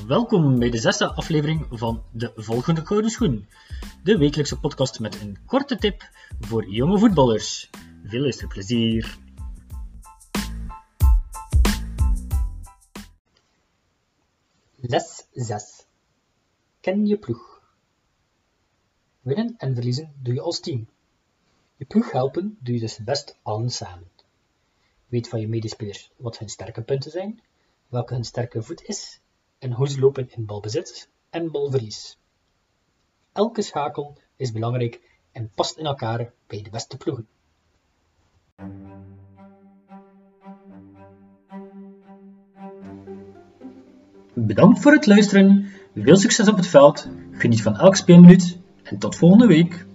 Welkom bij de 6e aflevering van De Volgende Gouden Schoen, de wekelijkse podcast met een korte tip voor jonge voetballers. Veel luisterplezier! Les 6. Ken je ploeg. Winnen en verliezen doe je als team. Je ploeg helpen doe je dus best allen samen. Weet van je medespelers wat hun sterke punten zijn, welke hun sterke voet is en hoe ze lopen in balbezit en balverlies. Elke schakel is belangrijk en past in elkaar bij de beste ploegen. Bedankt voor het luisteren, veel succes op het veld, geniet van elk speelminuut en tot volgende week.